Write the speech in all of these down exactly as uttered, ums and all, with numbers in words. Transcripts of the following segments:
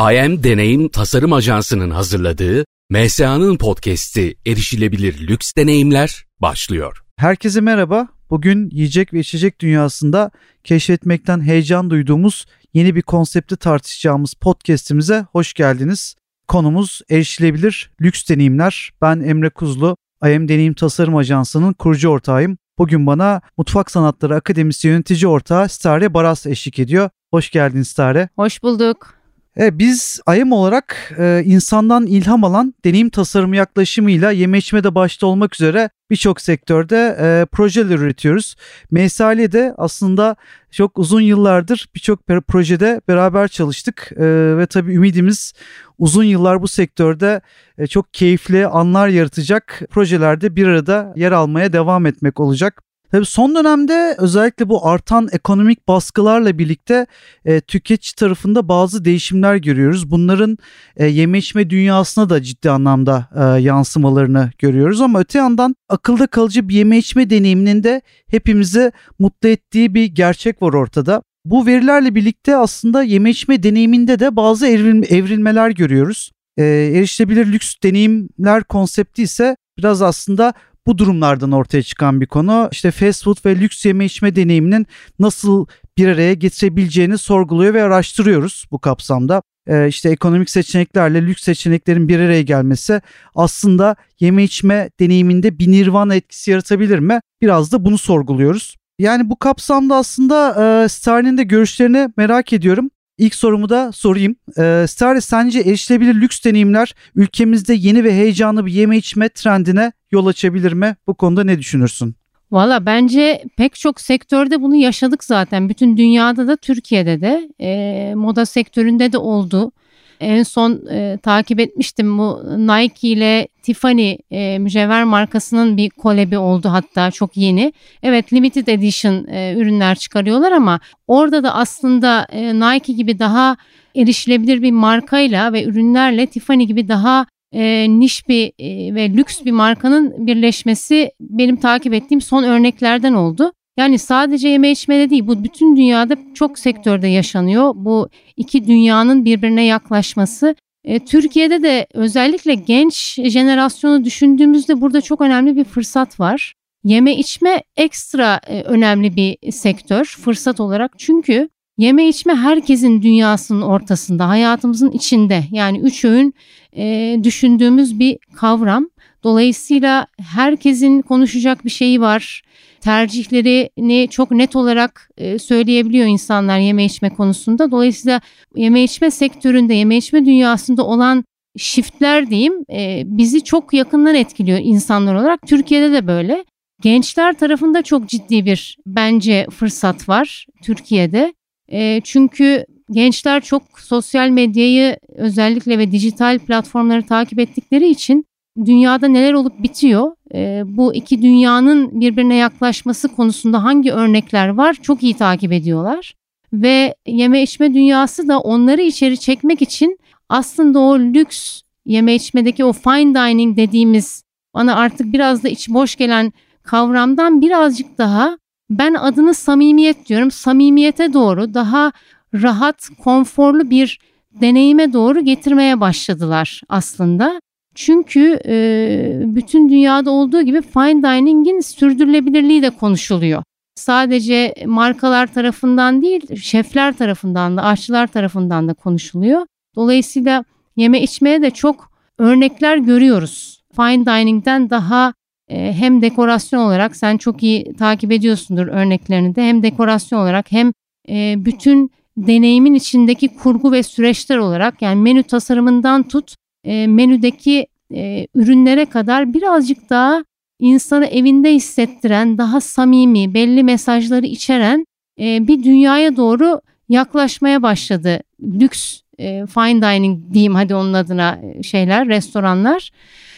I A M Deneyim Tasarım Ajansı'nın hazırladığı M S A'nın podcast'i Erişilebilir Lüks Deneyimler başlıyor. Herkese merhaba. Bugün yiyecek ve içecek dünyasında keşfetmekten heyecan duyduğumuz yeni bir konsepti tartışacağımız podcast'imize hoş geldiniz. Konumuz erişilebilir lüks deneyimler. Ben Emre Kuzlu, I A M Deneyim Tasarım Ajansı'nın kurucu ortağıyım. Bugün bana Mutfak Sanatları Akademisi yönetici ortağı Stare Baras eşlik ediyor. Hoş geldin Stare. Hoş bulduk. Evet, biz I A M olarak e, insandan ilham alan deneyim tasarımı yaklaşımıyla yeme içmede başta olmak üzere birçok sektörde e, projeler üretiyoruz. M S A ile de aslında çok uzun yıllardır birçok projede beraber çalıştık e, ve tabii ümidimiz uzun yıllar bu sektörde e, çok keyifli anlar yaratacak projelerde bir arada yer almaya devam etmek olacak. Tabii son dönemde özellikle bu artan ekonomik baskılarla birlikte e, tüketici tarafında bazı değişimler görüyoruz. Bunların e, yeme içme dünyasına da ciddi anlamda e, yansımalarını görüyoruz. Ama öte yandan akılda kalıcı bir yeme içme deneyiminin de hepimizi mutlu ettiği bir gerçek var ortada. Bu verilerle birlikte aslında yeme içme deneyiminde de bazı evrim, evrilmeler görüyoruz. E, erişilebilir lüks deneyimler konsepti ise biraz aslında bu durumlardan ortaya çıkan bir konu. İşte fast food ve lüks yeme içme deneyiminin nasıl bir araya getirebileceğini sorguluyor ve araştırıyoruz bu kapsamda. Ee, işte ekonomik seçeneklerle lüks seçeneklerin bir araya gelmesi aslında yeme içme deneyiminde bir nirvana etkisi yaratabilir mi? Biraz da bunu sorguluyoruz. Yani bu kapsamda aslında e, Stare'nin de görüşlerini merak ediyorum. İlk sorumu da sorayım. Ee, Stare, sence erişilebilir lüks deneyimler ülkemizde yeni ve heyecanlı bir yeme içme trendine yol açabilir mi? Bu konuda ne düşünürsün? Valla bence pek çok sektörde bunu yaşadık zaten. Bütün dünyada da Türkiye'de de e, moda sektöründe de oldu. En son e, takip etmiştim, bu Nike ile Tiffany e, mücevher markasının bir kolebi oldu, hatta çok yeni. Evet, limited edition e, ürünler çıkarıyorlar ama orada da aslında e, Nike gibi daha erişilebilir bir markayla ve ürünlerle Tiffany gibi daha e, niş bir e, ve lüks bir markanın birleşmesi benim takip ettiğim son örneklerden oldu. Yani sadece yeme içmede değil, bu bütün dünyada çok sektörde yaşanıyor. Bu iki dünyanın birbirine yaklaşması. E, Türkiye'de de özellikle genç jenerasyonu düşündüğümüzde burada çok önemli bir fırsat var. Yeme içme ekstra e, önemli bir sektör fırsat olarak. Çünkü yeme içme herkesin dünyasının ortasında, hayatımızın içinde. Yani üç öğün e, düşündüğümüz bir kavram. Dolayısıyla herkesin konuşacak bir şeyi var. Tercihlerini çok net olarak e, söyleyebiliyor insanlar yeme içme konusunda. Dolayısıyla yeme içme sektöründe, yeme içme dünyasında olan shiftler diyeyim e, bizi çok yakından etkiliyor insanlar olarak. Türkiye'de de böyle. Gençler tarafında çok ciddi bir bence fırsat var Türkiye'de. E, çünkü gençler çok sosyal medyayı özellikle ve dijital platformları takip ettikleri için dünyada neler olup bitiyor, e, bu iki dünyanın birbirine yaklaşması konusunda hangi örnekler var çok iyi takip ediyorlar. Ve yeme içme dünyası da onları içeri çekmek için aslında o lüks yeme içmedeki o fine dining dediğimiz, bana artık biraz da iç boş gelen kavramdan birazcık daha, ben adını samimiyet diyorum, samimiyete doğru, daha rahat, konforlu bir deneyime doğru getirmeye başladılar aslında. Çünkü e, bütün dünyada olduğu gibi fine dining'in sürdürülebilirliği de konuşuluyor. Sadece markalar tarafından değil, şefler tarafından da, aşçılar tarafından da konuşuluyor. Dolayısıyla yeme içmeye de çok örnekler görüyoruz. Fine dining'den daha e, hem dekorasyon olarak, sen çok iyi takip ediyorsundur örneklerini de, hem dekorasyon olarak hem e, bütün deneyimin içindeki kurgu ve süreçler olarak, yani menü tasarımından tut, E, menüdeki e, ürünlere kadar birazcık daha insanı evinde hissettiren, daha samimi, belli mesajları içeren e, bir dünyaya doğru yaklaşmaya başladı. Lüks, e, fine dining diyeyim hadi onun adına, şeyler, restoranlar.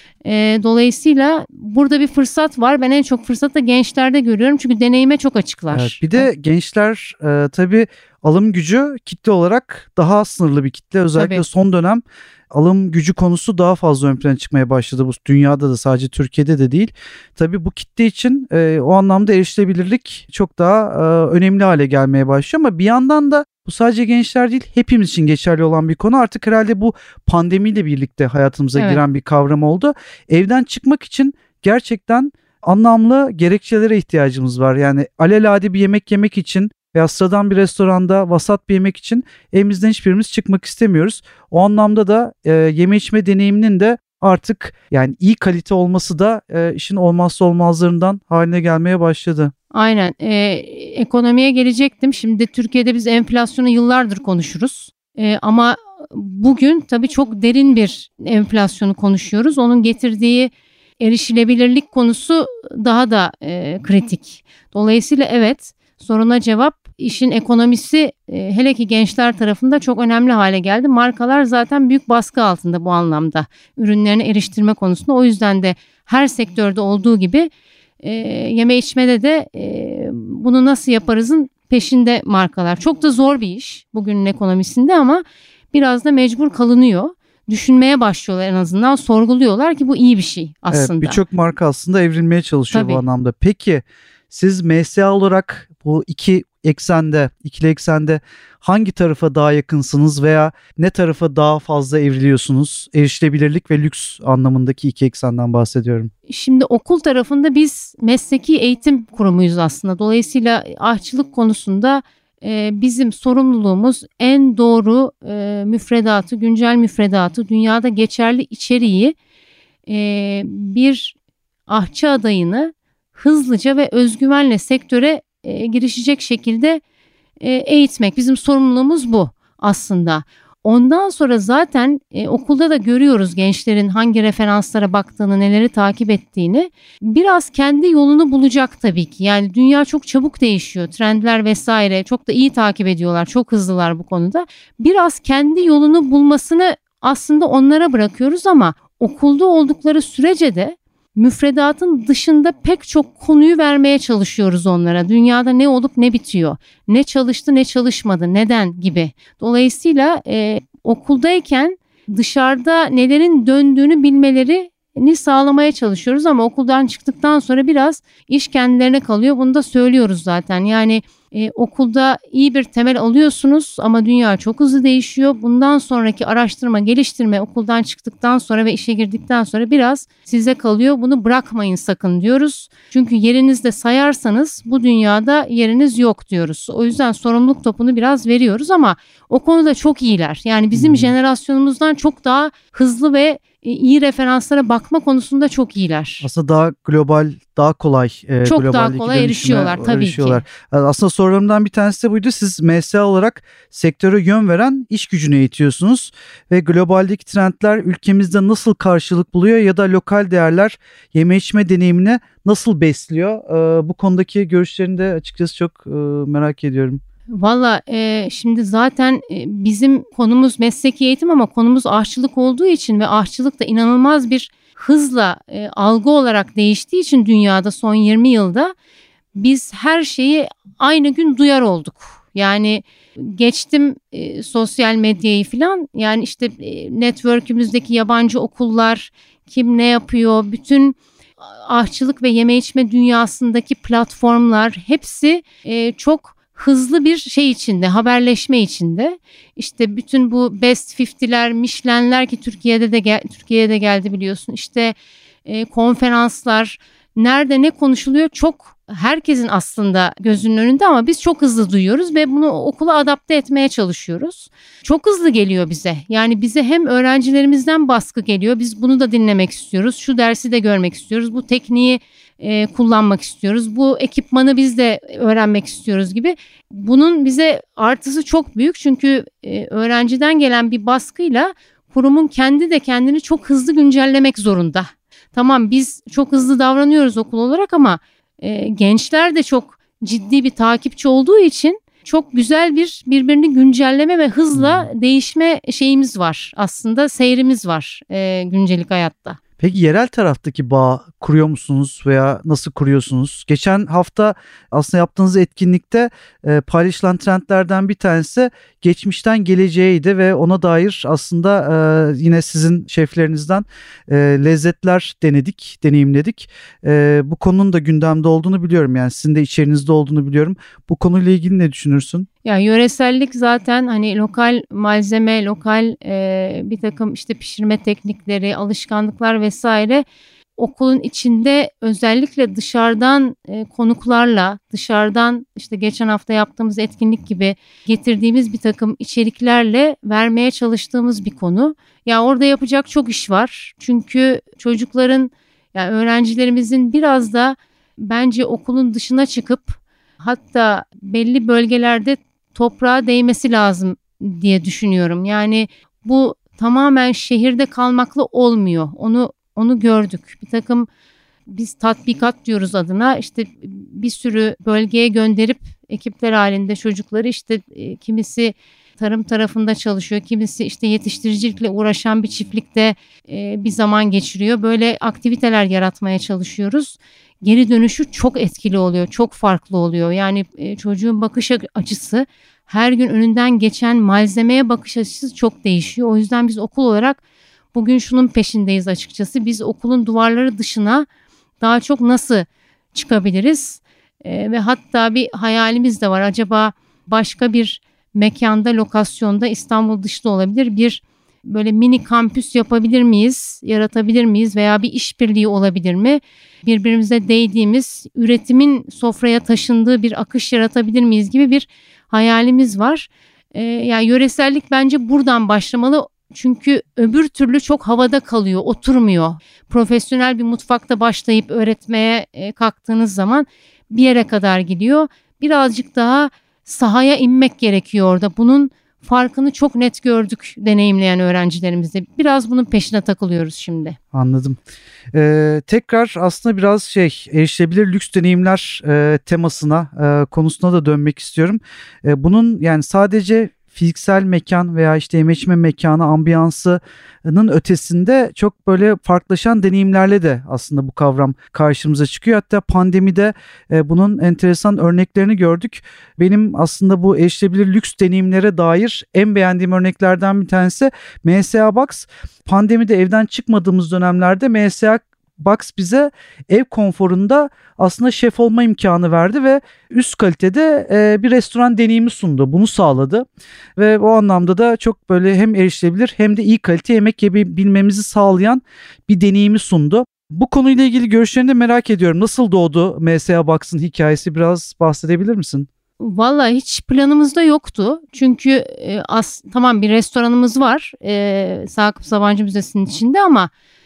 E, dolayısıyla burada bir fırsat var. Ben en çok fırsatı gençlerde görüyorum çünkü deneyime çok açıklar. Evet, bir de gençler e, tabii alım gücü kitle olarak daha sınırlı bir kitle. Özellikle tabii son dönem alım gücü konusu daha fazla ön plana çıkmaya başladı. Bu dünyada da, sadece Türkiye'de de değil. Tabii bu kitle için e, o anlamda erişilebilirlik çok daha e, önemli hale gelmeye başlıyor. Ama bir yandan da Bu sadece gençler değil, hepimiz için geçerli olan bir konu. Artık herhalde bu pandemiyle birlikte hayatımıza Evet. giren bir kavram oldu. Evden çıkmak için gerçekten anlamlı gerekçelere ihtiyacımız var. Yani alelade bir yemek yemek için veya sıradan bir restoranda vasat bir yemek için evimizden hiçbirimiz çıkmak istemiyoruz. O anlamda da e, yeme içme deneyiminin de artık yani iyi kalite olması da e, işin olmazsa olmazlarından haline gelmeye başladı. Aynen. Ee, ekonomiye gelecektim. Şimdi Türkiye'de biz enflasyonu yıllardır konuşuruz. Ee, ama bugün tabii çok derin bir enflasyonu konuşuyoruz. Onun getirdiği erişilebilirlik konusu daha da e, kritik. Dolayısıyla evet, soruna cevap, işin ekonomisi e, hele ki gençler tarafında çok önemli hale geldi. Markalar zaten büyük baskı altında bu anlamda. Ürünlerine eriştirme konusunda. O yüzden de her sektörde olduğu gibi e, yeme içmede de e, bunu nasıl yaparızın peşinde markalar. Çok da zor bir iş bugünün ekonomisinde ama biraz da mecbur kalınıyor. Düşünmeye başlıyorlar, en azından sorguluyorlar ki bu iyi bir şey aslında. Evet, birçok marka aslında evrilmeye çalışıyor Tabii. bu anlamda. Peki siz M S A olarak bu iki eksende, ikili eksende hangi tarafa daha yakınsınız veya ne tarafa daha fazla evriliyorsunuz? Erişilebilirlik ve lüks anlamındaki iki eksenden bahsediyorum. Şimdi okul tarafında biz mesleki eğitim kurumuyuz aslında. Dolayısıyla aşçılık konusunda e, bizim sorumluluğumuz en doğru e, müfredatı, güncel müfredatı, dünyada geçerli içeriği e, bir aşçı adayını hızlıca ve özgüvenle sektöre e, girişecek şekilde e, eğitmek. Bizim sorumluluğumuz bu aslında. Ondan sonra zaten e, okulda da görüyoruz gençlerin hangi referanslara baktığını, neleri takip ettiğini. Biraz kendi yolunu bulacak tabii ki. Yani dünya çok çabuk değişiyor. Trendler vesaire çok da iyi takip ediyorlar. Çok hızlılar bu konuda. Biraz kendi yolunu bulmasını aslında onlara bırakıyoruz ama okulda oldukları sürece de müfredatın dışında pek çok konuyu vermeye çalışıyoruz onlara. Dünyada ne olup ne bitiyor, ne çalıştı ne çalışmadı, neden gibi. Dolayısıyla e, okuldayken dışarıda nelerin döndüğünü bilmelerini sağlamaya çalışıyoruz ama okuldan çıktıktan sonra biraz iş kendilerine kalıyor. Bunu da söylüyoruz zaten. Yani e, okulda iyi bir temel alıyorsunuz ama dünya çok hızlı değişiyor. Bundan sonraki araştırma, geliştirme okuldan çıktıktan sonra ve işe girdikten sonra biraz size kalıyor. Bunu bırakmayın sakın diyoruz. Çünkü yerinizde sayarsanız bu dünyada yeriniz yok diyoruz. O yüzden sorumluluk topunu biraz veriyoruz ama o konuda çok iyiler. Yani bizim hmm. jenerasyonumuzdan çok daha hızlı ve iyi referanslara bakma konusunda çok iyiler. Aslında daha global, daha kolay. E, çok daha kolay erişiyorlar tabii erişiyorlar. ki. Aslında sorularımdan bir tanesi de buydu. Siz M S A olarak sektöre yön veren iş gücünü eğitiyorsunuz ve globaldeki trendler ülkemizde nasıl karşılık buluyor ya da lokal değerler yeme içme deneyimini nasıl besliyor? E, bu konudaki görüşlerini de açıkçası çok e, merak ediyorum. Valla e, şimdi zaten e, bizim konumuz mesleki eğitim ama konumuz aşçılık olduğu için ve aşçılık da inanılmaz bir hızla e, algı olarak değiştiği için dünyada son yirmi yılda biz her şeyi aynı gün duyar olduk. Yani geçtim e, sosyal medyayı falan, yani işte e, network'ümüzdeki yabancı okullar, kim ne yapıyor, bütün aşçılık ve yeme içme dünyasındaki platformlar hepsi e, çok hızlı bir şey içinde, haberleşme içinde. İşte bütün bu Best elliler, Michelin'ler ki Türkiye'de de gel- Türkiye'ye de geldi biliyorsun. İşte e, konferanslar, nerede ne konuşuluyor çok herkesin aslında gözünün önünde ama biz çok hızlı duyuyoruz ve bunu okula adapte etmeye çalışıyoruz. Çok hızlı geliyor bize. Yani bize hem öğrencilerimizden baskı geliyor. Biz bunu da dinlemek istiyoruz. Şu dersi de görmek istiyoruz. Bu tekniği e, kullanmak istiyoruz. Bu ekipmanı biz de öğrenmek istiyoruz gibi. Bunun bize artısı çok büyük. Çünkü e, öğrenciden gelen bir baskıyla kurumun kendi de kendini çok hızlı güncellemek zorunda. Tamam, biz çok hızlı davranıyoruz okul olarak ama e, gençler de çok ciddi bir takipçi olduğu için çok güzel bir birbirini güncelleme ve hızla değişme şeyimiz var. Aslında seyrimiz var e, güncelik hayatta. Peki yerel taraftaki bağ kuruyor musunuz veya nasıl kuruyorsunuz? Geçen hafta aslında yaptığınız etkinlikte e, paylaşılan trendlerden bir tanesi geçmişten geleceğeydi ve ona dair aslında e, yine sizin şeflerinizden e, lezzetler denedik, deneyimledik. E, bu konunun da gündemde olduğunu biliyorum. Yani sizin de içerinizde olduğunu biliyorum. Bu konuyla ilgili ne düşünürsün? Ya yöresellik zaten hani lokal malzeme, lokal e, bir takım işte pişirme teknikleri, alışkanlıklar vesaire okulun içinde özellikle dışarıdan e, konuklarla, dışarıdan işte geçen hafta yaptığımız etkinlik gibi getirdiğimiz bir takım içeriklerle vermeye çalıştığımız bir konu. Ya orada yapacak çok iş var. Çünkü çocukların, yani öğrencilerimizin biraz da bence okulun dışına çıkıp hatta belli bölgelerde toprağa değmesi lazım diye düşünüyorum. Yani bu tamamen şehirde kalmakla olmuyor. Onu onu gördük. Bir takım biz tatbikat diyoruz adına, işte bir sürü bölgeye gönderip ekipler halinde çocukları işte e, kimisi tarım tarafında çalışıyor, kimisi işte yetiştiricilikle uğraşan bir çiftlikte e, bir zaman geçiriyor. Böyle aktiviteler yaratmaya çalışıyoruz. Geri dönüşü çok etkili oluyor, çok farklı oluyor. Yani e, çocuğun bakış açısı, her gün önünden geçen malzemeye bakış açısı çok değişiyor. O yüzden biz okul olarak bugün şunun peşindeyiz açıkçası. Biz okulun duvarları dışına daha çok nasıl çıkabiliriz? E, ve hatta bir hayalimiz de var. Acaba başka bir mekanda, lokasyonda, İstanbul dışında olabilir, bir böyle mini kampüs yapabilir miyiz, yaratabilir miyiz veya bir işbirliği olabilir mi? Birbirimize değdiğimiz, üretimin sofraya taşındığı bir akış yaratabilir miyiz gibi bir hayalimiz var. Ee, yani yöresellik bence buradan başlamalı. Çünkü öbür türlü çok havada kalıyor, oturmuyor. Profesyonel bir mutfakta başlayıp öğretmeye e, kalktığınız zaman bir yere kadar gidiyor. Birazcık daha sahaya inmek gerekiyor orada. Bunun farkını çok net gördük deneyimleyen öğrencilerimizde. Biraz bunun peşine takılıyoruz şimdi. Anladım. Ee, tekrar aslında biraz şey erişilebilir lüks deneyimler e, temasına, e, konusuna da dönmek istiyorum. E, bunun yani sadece fiziksel mekan veya işte yeme içme mekanı, ambiyansının ötesinde çok böyle farklılaşan deneyimlerle de aslında bu kavram karşımıza çıkıyor. Hatta pandemide e, bunun enteresan örneklerini gördük. Benim aslında bu erişilebilir lüks deneyimlere dair en beğendiğim örneklerden bir tanesi M S A Box. Pandemide evden çıkmadığımız dönemlerde M S A Box bize ev konforunda aslında şef olma imkanı verdi ve üst kalitede e, bir restoran deneyimi sundu. Bunu sağladı ve o anlamda da çok böyle hem erişilebilir hem de iyi kalite yemek yiyebilmemizi sağlayan bir deneyimi sundu. Bu konuyla ilgili görüşlerini de merak ediyorum. Nasıl doğdu M S A Box'ın hikayesi, biraz bahsedebilir misin? Vallahi hiç planımızda yoktu. Çünkü e, as, tamam bir restoranımız var e, Sakıp Sabancı Müzesi'nin içinde ama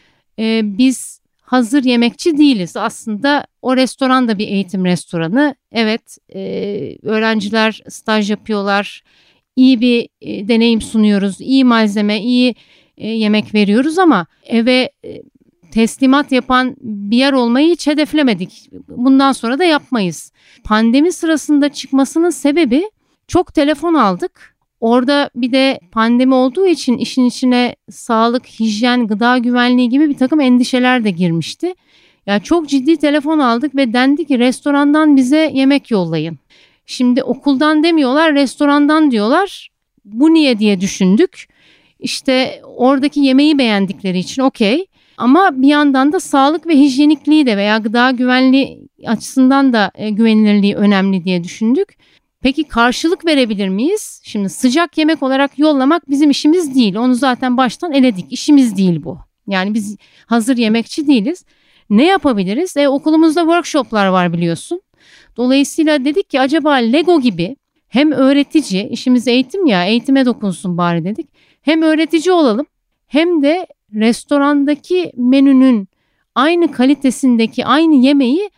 e, biz hazır yemekçi değiliz. Aslında o restoran da bir eğitim restoranı. Evet, e, öğrenciler staj yapıyorlar. İyi bir e, deneyim sunuyoruz. İyi malzeme, iyi e, yemek veriyoruz ama eve e, teslimat yapan bir yer olmayı hiç hedeflemedik. Bundan sonra da yapmayız. Pandemi sırasında çıkmasının sebebi, çok telefon aldık. Orada bir de pandemi olduğu için işin içine sağlık, hijyen, gıda güvenliği gibi bir takım endişeler de girmişti. Yani çok ciddi telefon aldık ve dendi ki restorandan bize yemek yollayın. Şimdi okuldan demiyorlar, restorandan diyorlar. Bu niye diye düşündük. İşte oradaki yemeği beğendikleri için okey. Ama bir yandan da sağlık ve hijyenikliği de veya gıda güvenliği açısından da e, güvenilirliği önemli diye düşündük. Peki karşılık verebilir miyiz? Şimdi sıcak yemek olarak yollamak bizim işimiz değil. Onu zaten baştan eledik. İşimiz değil bu. Yani biz hazır yemekçi değiliz. Ne yapabiliriz? E, okulumuzda workshoplar var biliyorsun. Dolayısıyla dedik ki acaba Lego gibi hem öğretici, işimiz eğitim ya, eğitime dokunsun bari dedik. Hem öğretici olalım hem de restorandaki menünün aynı kalitesindeki aynı yemeği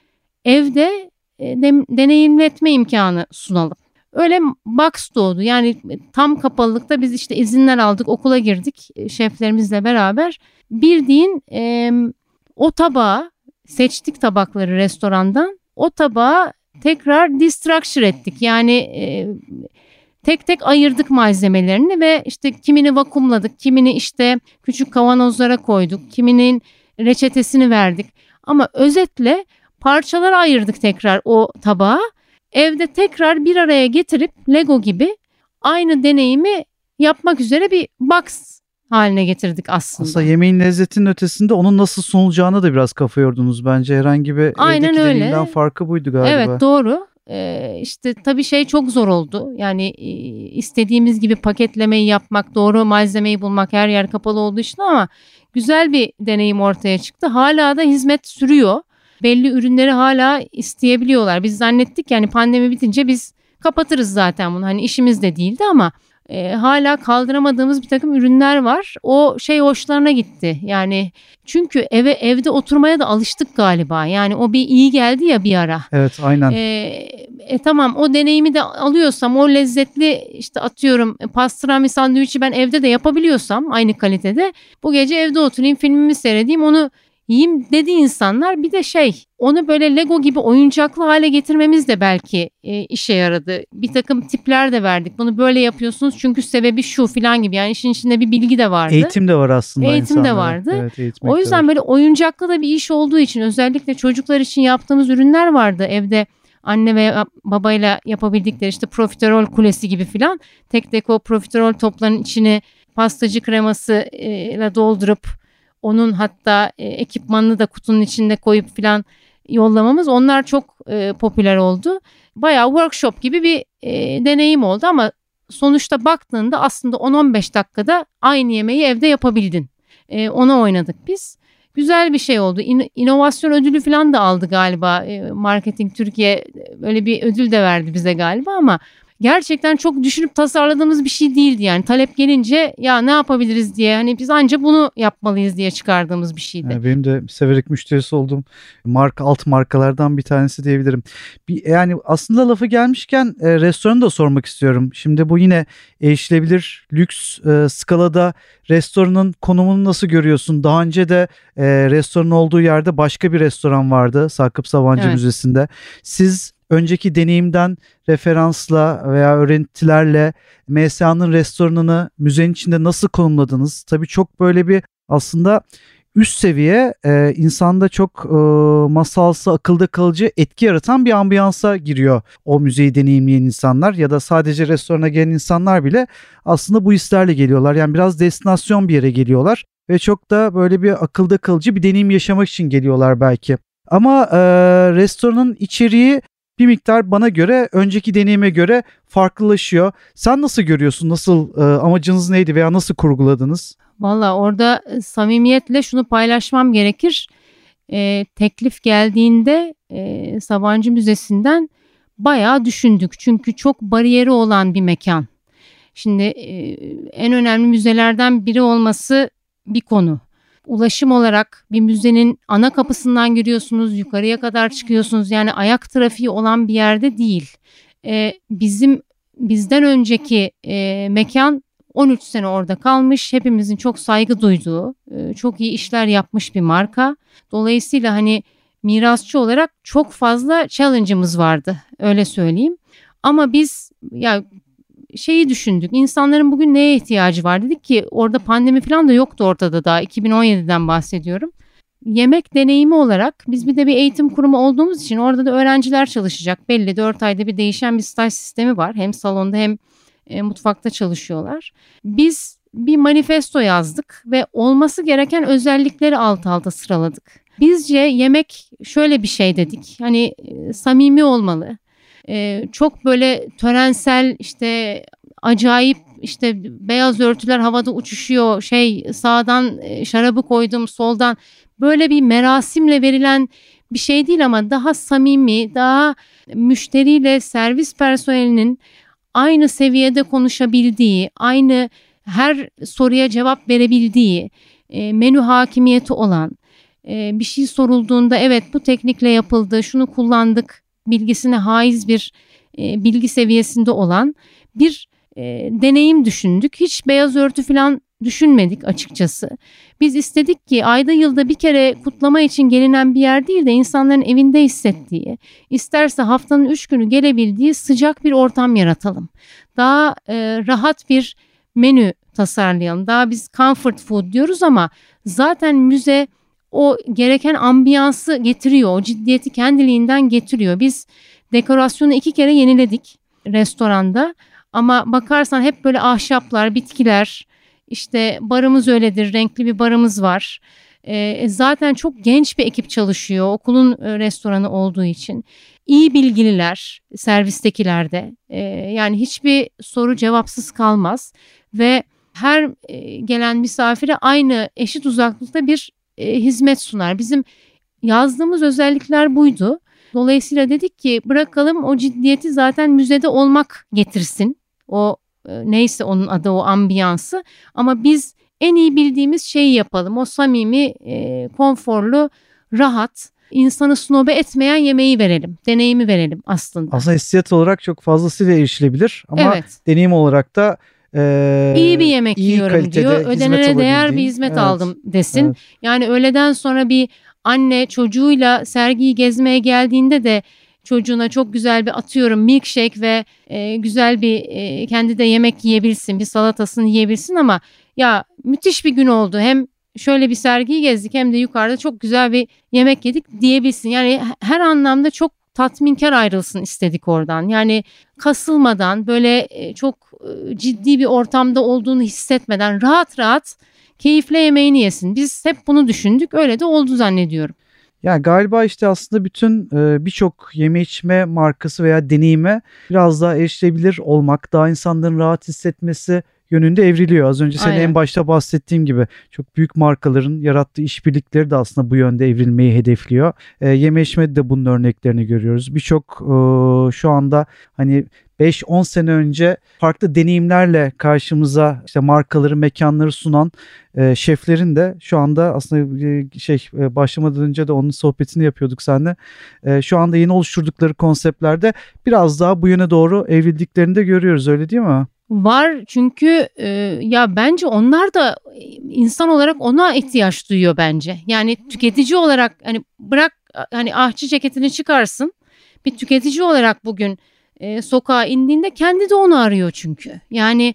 evde deneyimletme imkanı sunalım. Öyle box doğdu. Yani tam kapalılıkta biz işte izinler aldık, okula girdik şeflerimizle beraber. Bildiğin e, o tabağı seçtik, tabakları restorandan. O tabağı tekrar destructure ettik. Yani e, tek tek ayırdık malzemelerini ve işte kimini vakumladık, kimini işte küçük kavanozlara koyduk, kiminin reçetesini verdik. Ama özetle parçalara ayırdık tekrar o tabağı. Evde tekrar bir araya getirip Lego gibi aynı deneyimi yapmak üzere bir box haline getirdik aslında. Aslında yemeğin lezzetinin ötesinde onun nasıl sunulacağına da biraz kafa yordunuz bence. Herhangi bir Aynen evdeki öyle. deneyimden farkı buydu galiba. Evet, doğru. e, işte tabii şey çok zor oldu. Yani e, istediğimiz gibi paketlemeyi yapmak, doğru malzemeyi bulmak, her yer kapalı olduğu için, ama güzel bir deneyim ortaya çıktı. Hala da hizmet sürüyor. Belli ürünleri hala isteyebiliyorlar. Biz zannettik yani pandemi bitince biz kapatırız zaten bunu. Hani işimiz de değildi ama e, hala kaldıramadığımız bir takım ürünler var. O şey hoşlarına gitti. Yani çünkü eve evde oturmaya da alıştık galiba. Yani o bir iyi geldi ya bir ara. Evet, aynen. E, e, tamam, o deneyimi de alıyorsam, o lezzetli işte atıyorum pastrami sandviçi ben evde de yapabiliyorsam aynı kalitede, bu gece evde oturayım, filmimi seyredeyim, onu yiyeyim dedi insanlar. Bir de şey, onu böyle Lego gibi oyuncaklı hale getirmemiz de belki e, işe yaradı. Bir takım tipler de verdik. Bunu böyle yapıyorsunuz çünkü sebebi şu falan gibi. Yani işin içinde bir bilgi de vardı. Eğitim de var aslında. Eğitim de vardı. Evet, o yüzden var. Böyle oyuncaklı da bir iş olduğu için, özellikle çocuklar için yaptığımız ürünler vardı. Evde anne ve babayla yapabildikleri, işte profiterol kulesi gibi falan. Tek tek o profiterol toplarının içine pastacı kreması ile doldurup onun hatta e, ekipmanını da kutunun içinde koyup filan yollamamız, onlar çok e, popüler oldu. Bayağı workshop gibi bir e, deneyim oldu ama sonuçta baktığında aslında on on beş dakikada aynı yemeği evde yapabildin. E, ona oynadık biz. Güzel bir şey oldu. İn- İnovasyon ödülü falan da aldı galiba. E, Marketing Türkiye böyle bir ödül de verdi bize galiba ama gerçekten çok düşünüp tasarladığımız bir şey değildi yani. Talep gelince ya ne yapabiliriz diye, hani biz anca bunu yapmalıyız diye çıkardığımız bir şeydi. Yani benim de severek müşterisi olduğum marka, alt markalardan bir tanesi diyebilirim. Bir, yani aslında lafı gelmişken e, restoranı da sormak istiyorum. Şimdi bu yine erişilebilir lüks e, skalada restoranın konumunu nasıl görüyorsun? Daha önce de e, restoranın olduğu yerde başka bir restoran vardı, Sakıp Sabancı Evet. Müzesi'nde. Siz önceki deneyimden referansla veya öğretilerle M S A'nın restoranını müzenin içinde nasıl konumladınız? Tabii çok böyle bir aslında üst seviye, e, insanda çok e, masalsı, akılda kalıcı etki yaratan bir ambiyansa giriyor o müzeyi deneyimleyen insanlar, ya da sadece restorana gelen insanlar bile aslında bu hislerle geliyorlar. Yani biraz destinasyon bir yere geliyorlar ve çok da böyle bir akılda kalıcı bir deneyim yaşamak için geliyorlar belki. Ama e, restoranın içeriği bir miktar bana göre önceki deneyime göre farklılaşıyor. Sen nasıl görüyorsun? Nasıl, e, amacınız neydi veya nasıl kurguladınız? Valla orada samimiyetle şunu paylaşmam gerekir. E, teklif geldiğinde e, Sabancı Müzesi'nden bayağı düşündük. Çünkü çok bariyeri olan bir mekan. Şimdi e, en önemli müzelerden biri olması bir konu. Ulaşım olarak bir müzenin ana kapısından giriyorsunuz, yukarıya kadar çıkıyorsunuz. Yani ayak trafiği olan bir yerde değil. E, bizim bizden önceki e, mekan on üç sene orada kalmış. Hepimizin çok saygı duyduğu, e, çok iyi işler yapmış bir marka. Dolayısıyla hani mirasçı olarak çok fazla challenge'ımız vardı, öyle söyleyeyim. Ama biz ya şeyi düşündük. İnsanların bugün neye ihtiyacı var? Dedik ki orada pandemi falan da yoktu ortada daha. iki bin on yediden bahsediyorum. Yemek deneyimi olarak biz bir de bir eğitim kurumu olduğumuz için orada da öğrenciler çalışacak. Belli dört ayda bir değişen bir staj sistemi var. Hem salonda hem e, mutfakta çalışıyorlar. Biz bir manifesto yazdık ve olması gereken özellikleri alt alta sıraladık. Bizce yemek şöyle bir şey dedik. Hani e, samimi olmalı. Ee, çok böyle törensel, işte acayip, işte beyaz örtüler havada uçuşuyor, şey sağdan e, şarabı koydum, soldan, böyle bir merasimle verilen bir şey değil ama daha samimi, daha müşteriyle servis personelinin aynı seviyede konuşabildiği, aynı her soruya cevap verebildiği, e, menü hakimiyeti olan, e, bir şey sorulduğunda evet bu teknikle yapıldı, şunu kullandık bilgisine haiz bir e, bilgi seviyesinde olan bir e, deneyim düşündük. Hiç beyaz örtü falan düşünmedik açıkçası. Biz istedik ki ayda yılda bir kere kutlama için gelinen bir yer değil de insanların evinde hissettiği, isterse haftanın üç günü gelebildiği sıcak bir ortam yaratalım. Daha e, rahat bir menü tasarlayalım. Daha biz comfort food diyoruz ama zaten müze o gereken ambiyansı getiriyor. O ciddiyeti kendiliğinden getiriyor. Biz dekorasyonu iki kere yeniledik restoranda. Ama bakarsan hep böyle ahşaplar, bitkiler. İşte barımız öyledir. Renkli bir barımız var. E, zaten çok genç bir ekip çalışıyor. Okulun e, restoranı olduğu için. iyi bilgililer servistekilerde. E, yani hiçbir soru cevapsız kalmaz ve her e, gelen misafire aynı eşit uzaklıkta bir e, hizmet sunar. Bizim yazdığımız özellikler buydu. Dolayısıyla dedik ki bırakalım o ciddiyeti zaten müzede olmak getirsin. O e, neyse onun adı, o ambiyansı, ama biz en iyi bildiğimiz şeyi yapalım. O samimi, e, konforlu, rahat, insanı snobe etmeyen yemeği verelim. Deneyimi verelim aslında. Aslında hissiyat olarak çok fazlasıyla erişilebilir ama evet, deneyim olarak da e, iyi bir yemek iyi yiyorum diyor. Ödenene değer bir hizmet evet, aldım desin. Evet. Yani öğleden sonra bir anne çocuğuyla sergiyi gezmeye geldiğinde de çocuğuna çok güzel bir, atıyorum, milkshake ve e, güzel bir e, kendi de yemek yiyebilsin, bir salatasını yiyebilsin, ama ya müthiş bir gün oldu. Hem şöyle bir sergiyi gezdik hem de yukarıda çok güzel bir yemek yedik diyebilsin. Yani her anlamda çok tatminkar ayrılsın istedik oradan. Yani kasılmadan, böyle çok ciddi bir ortamda olduğunu hissetmeden rahat rahat keyifle yemeğini yesin. Biz hep bunu düşündük. Öyle de oldu zannediyorum. Yani galiba işte aslında bütün e, birçok yeme içme markası veya deneyime biraz daha erişilebilir olmak, daha insanların rahat hissetmesi yönünde evriliyor. Az önce senin en başta bahsettiğim gibi çok büyük markaların yarattığı işbirlikleri de aslında bu yönde evrilmeyi hedefliyor. E, yeme içmede de bunun örneklerini görüyoruz. Birçok e, şu anda hani beş on sene önce farklı deneyimlerle karşımıza işte markaları, mekanları sunan e, şeflerin de şu anda aslında e, şey e, başlamadan önce de onun sohbetini yapıyorduk seninle. E, şu anda yeni oluşturdukları konseptlerde biraz daha bu yöne doğru evrildiklerini de görüyoruz, öyle değil mi? Var, çünkü e, ya bence onlar da insan olarak ona ihtiyaç duyuyor bence. Yani tüketici olarak, hani bırak hani ahçı ceketini çıkarsın, bir tüketici olarak bugün e, sokağa indiğinde kendi de onu arıyor çünkü. Yani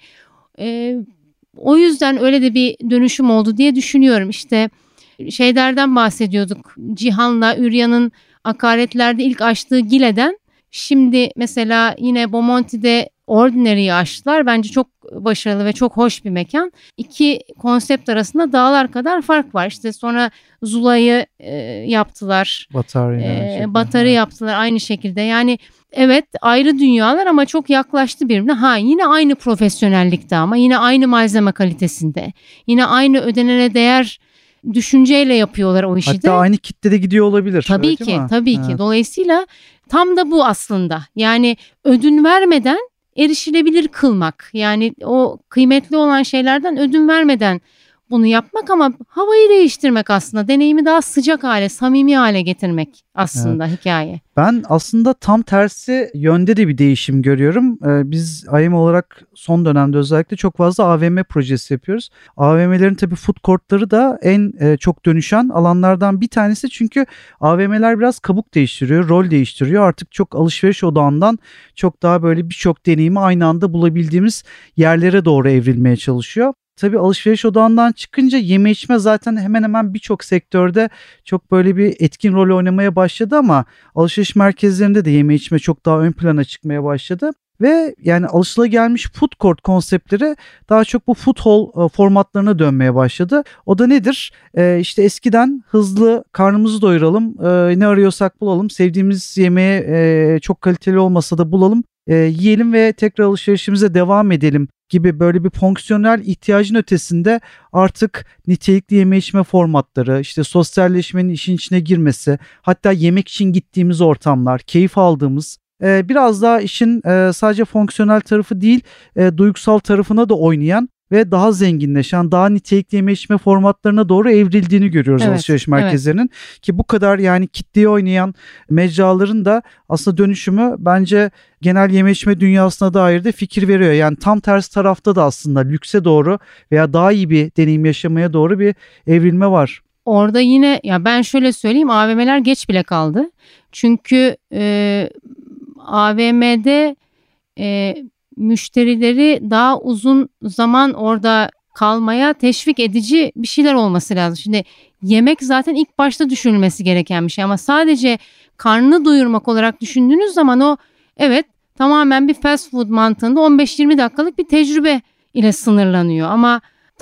e, o yüzden öyle de bir dönüşüm oldu diye düşünüyorum. İşte şeylerden bahsediyorduk, Cihan'la Ürya'nın akaretlerde ilk açtığı Gile'den. Şimdi mesela yine Bomonti'de Ordinary'yi açtılar. Bence çok başarılı ve çok hoş bir mekan. İki konsept arasında dağlar kadar fark var. İşte sonra Zula'yı e, yaptılar. Batarya, e, Batar'ı yaptılar aynı şekilde. Yani evet, ayrı dünyalar ama çok yaklaştı birbirine. Ha, yine aynı profesyonellikte, ama yine aynı malzeme kalitesinde. Yine aynı ödenene değer düşünceyle yapıyorlar o işi Hatta de. Hatta aynı kitlede gidiyor olabilir. Tabii ki, tabii evet. ki. Dolayısıyla tam da bu aslında. Yani ödün vermeden erişilebilir kılmak. Yani o kıymetli olan şeylerden ödün vermeden bunu yapmak, ama havayı değiştirmek aslında. Deneyimi daha sıcak hale, samimi hale getirmek aslında evet. hikaye. Ben aslında tam tersi yönde de bir değişim görüyorum. Ee, biz A V M olarak son dönemde özellikle çok fazla A V M projesi yapıyoruz. A V M'lerin tabii food courtları da en e, çok dönüşen alanlardan bir tanesi. Çünkü A V M'ler biraz kabuk değiştiriyor, rol değiştiriyor. Artık çok alışveriş odağından çok daha böyle birçok deneyimi aynı anda bulabildiğimiz yerlere doğru evrilmeye çalışıyor. Tabii alışveriş odağından çıkınca yeme içme zaten hemen hemen birçok sektörde çok böyle bir etkin rol oynamaya başladı, ama alışveriş merkezlerinde de yeme içme çok daha ön plana çıkmaya başladı. Ve yani alışılagelmiş food court konseptleri daha çok bu food hall formatlarına dönmeye başladı. O da nedir? Ee, işte eskiden hızlı karnımızı doyuralım, ee, ne arıyorsak bulalım, sevdiğimiz yemeği e, çok kaliteli olmasa da bulalım, e, yiyelim ve tekrar alışverişimize devam edelim gibi böyle bir fonksiyonel ihtiyacın ötesinde artık nitelikli yeme içme formatları, işte sosyalleşmenin işin içine girmesi, hatta yemek için gittiğimiz ortamlar, keyif aldığımız, e, biraz daha işin e, sadece fonksiyonel tarafı değil, e, duygusal tarafına da oynayan ve daha zenginleşen, daha nitelikli yeme içme formatlarına doğru evrildiğini görüyoruz evet, alışveriş merkezlerinin. Evet. Ki bu kadar yani kitleye oynayan mecraların da aslında dönüşümü bence genel yeme içme dünyasına dair de fikir veriyor. Yani tam tersi tarafta da aslında lükse doğru veya daha iyi bir deneyim yaşamaya doğru bir evrilme var. Orada yine ya ben şöyle söyleyeyim, A V M'ler geç bile kaldı. Çünkü e, A V M'de e, müşterileri daha uzun zaman orada kalmaya teşvik edici bir şeyler olması lazım. Şimdi yemek zaten ilk başta düşünülmesi gereken bir şey, ama sadece karnını doyurmak olarak düşündüğünüz zaman o evet tamamen bir fast food mantığında on beş yirmi dakikalık bir tecrübe ile sınırlanıyor. Ama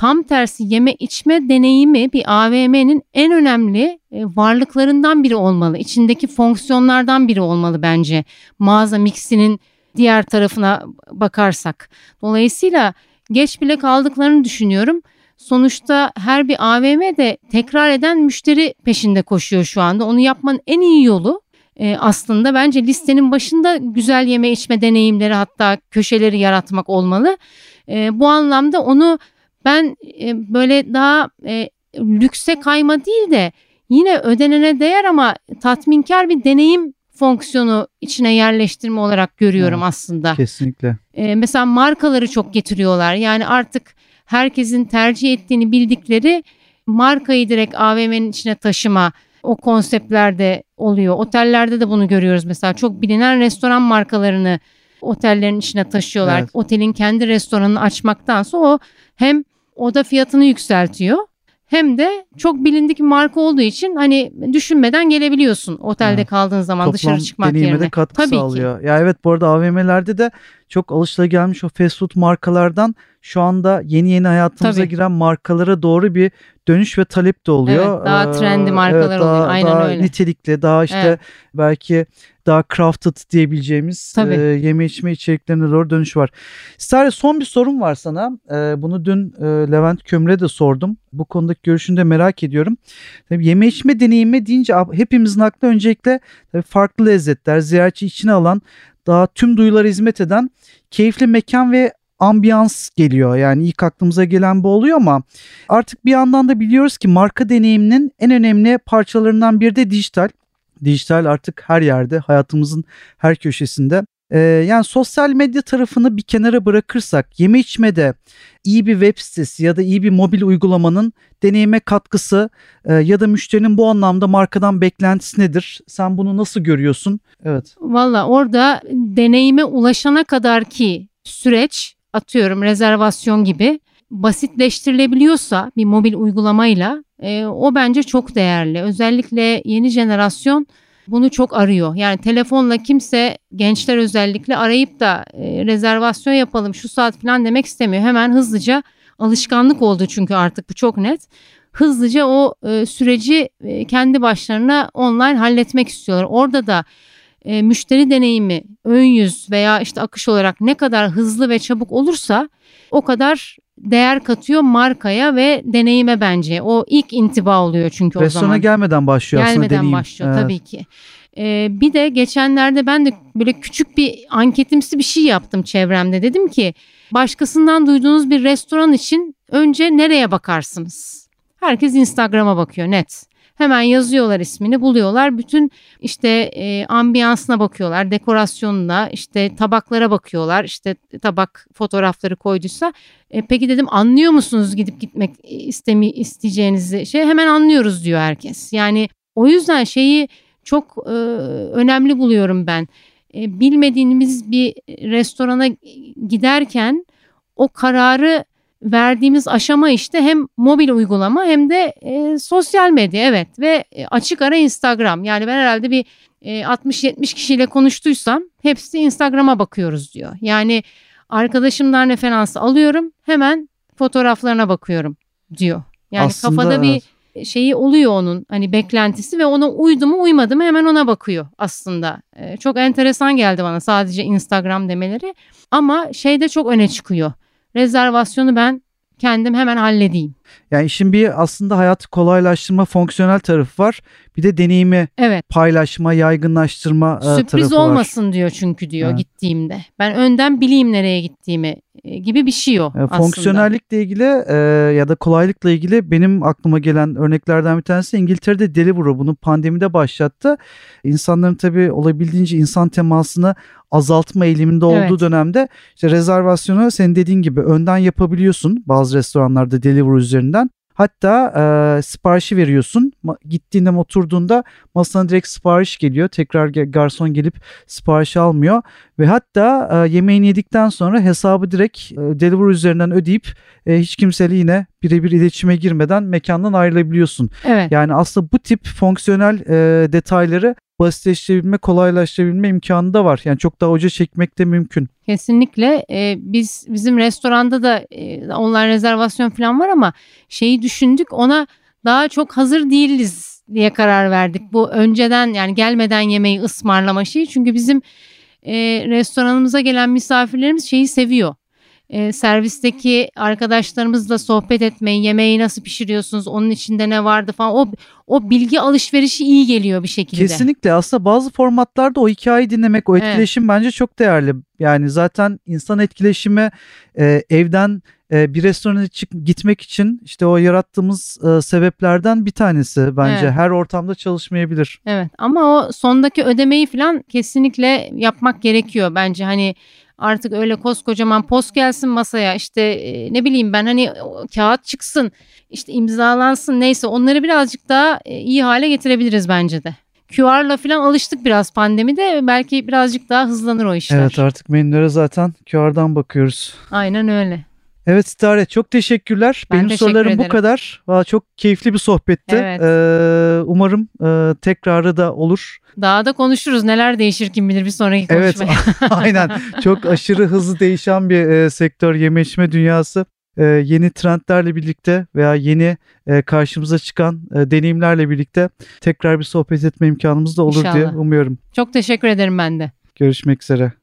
tam tersi yeme içme deneyimi bir A V M'nin en önemli e, varlıklarından biri olmalı. İçindeki fonksiyonlardan biri olmalı bence. Mağaza mixinin diğer tarafına bakarsak. Dolayısıyla geç bile kaldıklarını düşünüyorum. Sonuçta her bir A V M de tekrar eden müşteri peşinde koşuyor şu anda. Onu yapmanın en iyi yolu e, aslında bence listenin başında güzel yeme içme deneyimleri, hatta köşeleri yaratmak olmalı. E, bu anlamda onu ben e, böyle daha e, lükse kayma değil de yine ödenene değer ama tatminkar bir deneyim fonksiyonu içine yerleştirme olarak görüyorum evet, aslında. Kesinlikle. E, mesela markaları çok getiriyorlar. Yani artık herkesin tercih ettiğini bildikleri markayı direkt A V M'nin içine taşıma, o konseptlerde oluyor. Otellerde de bunu görüyoruz mesela. Çok bilinen restoran markalarını otellerin içine taşıyorlar. Evet. Otelin kendi restoranını açmaktansa o hem oda fiyatını yükseltiyor hem de çok bilindik bir marka olduğu için hani düşünmeden gelebiliyorsun otelde evet. kaldığın zaman toplam dışarı çıkmak yerine. Toplam katkı Tabii sağlıyor. Ki. Ya evet, bu arada A V M'lerde de çok alışılagelmiş o fast food markalardan şu anda yeni yeni hayatımıza Tabii. giren markalara doğru bir dönüş ve talep de oluyor. Evet, daha trendy markalar evet, daha, oluyor. Aynen daha öyle. Nitelikli, daha işte evet. belki daha crafted diyebileceğimiz e, yeme içme içeriklerine doğru dönüş var. Sare, son bir sorum var sana. E, bunu dün e, Levent Kömür'e de sordum. Bu konudaki görüşünü de merak ediyorum. Tabii yeme içme deneyimi deyince hepimizin aklına öncelikle tabii farklı lezzetler, ziyaretçi içine alan, daha tüm duyulara hizmet eden keyifli mekan ve ambiyans geliyor. Yani ilk aklımıza gelen bu oluyor ama artık bir yandan da biliyoruz ki marka deneyiminin en önemli parçalarından biri de dijital. Dijital artık her yerde, hayatımızın her köşesinde. Ee, yani sosyal medya tarafını bir kenara bırakırsak yeme içmede iyi bir web sitesi ya da iyi bir mobil uygulamanın deneyime katkısı e, ya da müşterinin bu anlamda markadan beklentisi nedir? Sen bunu nasıl görüyorsun? Evet. Valla orada deneyime ulaşana kadar ki süreç, atıyorum rezervasyon gibi, basitleştirilebiliyorsa bir mobil uygulamayla e, o bence çok değerli. Özellikle yeni jenerasyon bunu çok arıyor. Yani telefonla kimse, gençler özellikle arayıp da e, rezervasyon yapalım şu saat falan demek istemiyor. Hemen hızlıca, alışkanlık oldu çünkü artık bu çok net. Hızlıca o e, süreci e, kendi başlarına online halletmek istiyorlar. Orada da e, müşteri deneyimi, ön yüz veya işte akış olarak ne kadar hızlı ve çabuk olursa o kadar değer katıyor markaya ve deneyime bence. O ilk intiba oluyor çünkü o Restorana zaman. gelmeden başlıyor gelmeden aslında deneyim. Gelmeden başlıyor evet. tabii ki. Ee, bir de geçenlerde ben de böyle küçük bir anketimsi bir şey yaptım çevremde. Dedim ki başkasından duyduğunuz bir restoran için önce nereye bakarsınız? Herkes Instagram'a bakıyor net. Hemen yazıyorlar, ismini buluyorlar. Bütün işte e, ambiyansına bakıyorlar, dekorasyonuna, işte tabaklara bakıyorlar. İşte tabak fotoğrafları koyduysa. E, peki dedim, anlıyor musunuz gidip gitmek istemi isteyeceğinizi? Şey, hemen anlıyoruz diyor herkes. Yani o yüzden şeyi çok e, önemli buluyorum ben. E, bilmediğimiz bir restorana giderken o kararı verdiğimiz aşama işte hem mobil uygulama hem de e, sosyal medya, evet, ve e, açık ara Instagram. Yani ben herhalde bir e, altmış yetmiş kişiyle konuştuysam hepsi Instagram'a bakıyoruz diyor. Yani arkadaşımdan referansı alıyorum, hemen fotoğraflarına bakıyorum diyor. Yani aslında kafada bir şeyi oluyor onun, hani beklentisi ve ona uydu mu uymadı mı hemen ona bakıyor aslında. E, çok enteresan geldi bana sadece Instagram demeleri, ama şey de çok öne çıkıyor. Rezervasyonu ben kendim hemen halledeyim. Yani işin bir aslında hayatı kolaylaştırma, fonksiyonel tarafı var. Bir de deneyimi evet. paylaşma, yaygınlaştırma Sürpriz tarafı var. Sürpriz olmasın diyor çünkü diyor evet. gittiğimde. Ben önden bileyim nereye gittiğimi gibi bir şey o yani aslında. Fonksiyonellikle ilgili e, ya da kolaylıkla ilgili benim aklıma gelen örneklerden bir tanesi İngiltere'de Deliveroo bunu pandemide başlattı. İnsanların tabii olabildiğince insan temasını azaltma eğiliminde olduğu evet. dönemde işte rezervasyonu senin dediğin gibi önden yapabiliyorsun bazı restoranlarda Deliveroo üzerinden. Hatta e, siparişi veriyorsun. Ma- gittiğinde oturduğunda masana direkt sipariş geliyor. Tekrar ge- garson gelip siparişi almıyor. Ve hatta e, yemeğini yedikten sonra hesabı direkt e, Deliveroo üzerinden ödeyip e, hiç kimseyle yine birebir iletişime girmeden mekandan ayrılabiliyorsun. Evet. Yani aslında bu tip fonksiyonel e, detayları basitleştirebilme, kolaylaştırabilme imkanı da var. Yani çok daha hoca çekmek de mümkün. Kesinlikle. Ee, biz bizim restoranda da e, online rezervasyon falan var ama şeyi düşündük, ona daha çok hazır değiliz diye karar verdik. Bu önceden, yani gelmeden yemeği ısmarlama şeyi. Çünkü bizim e, restoranımıza gelen misafirlerimiz şeyi seviyor. E, servisteki arkadaşlarımızla sohbet etmeyi, yemeği nasıl pişiriyorsunuz, onun içinde ne vardı falan, o o bilgi alışverişi iyi geliyor bir şekilde. Kesinlikle. Aslında bazı formatlarda o hikayeyi dinlemek, o etkileşim evet. bence çok değerli. Yani zaten insan etkileşimi e, evden e, bir restorana çık- gitmek için işte o yarattığımız e, sebeplerden bir tanesi bence. Evet. Her ortamda çalışmayabilir. Evet, ama o sondaki ödemeyi falan kesinlikle yapmak gerekiyor bence. Hani artık öyle koskocaman post gelsin masaya, işte e, ne bileyim ben, hani kağıt çıksın, işte imzalansın, neyse, onları birazcık daha e, iyi hale getirebiliriz bence de. Q R'la falan alıştık biraz pandemide, belki birazcık daha hızlanır o işler. Evet, artık menülere zaten Q R'dan bakıyoruz. Aynen öyle. Evet Sitare, çok teşekkürler. Ben Benim teşekkür sorularım ederim. Bu kadar. Aa, çok keyifli bir sohbetti. Evet. Ee, umarım e, tekrarı da olur. Daha da konuşuruz. Neler değişir kim bilir bir sonraki konuşmaya. Evet, aynen. Çok aşırı hızlı değişen bir e, sektör, yeme içme dünyası. E, yeni trendlerle birlikte veya yeni e, karşımıza çıkan e, deneyimlerle birlikte tekrar bir sohbet etme imkanımız da olur İnşallah. Diye umuyorum. Çok teşekkür ederim ben de. Görüşmek üzere.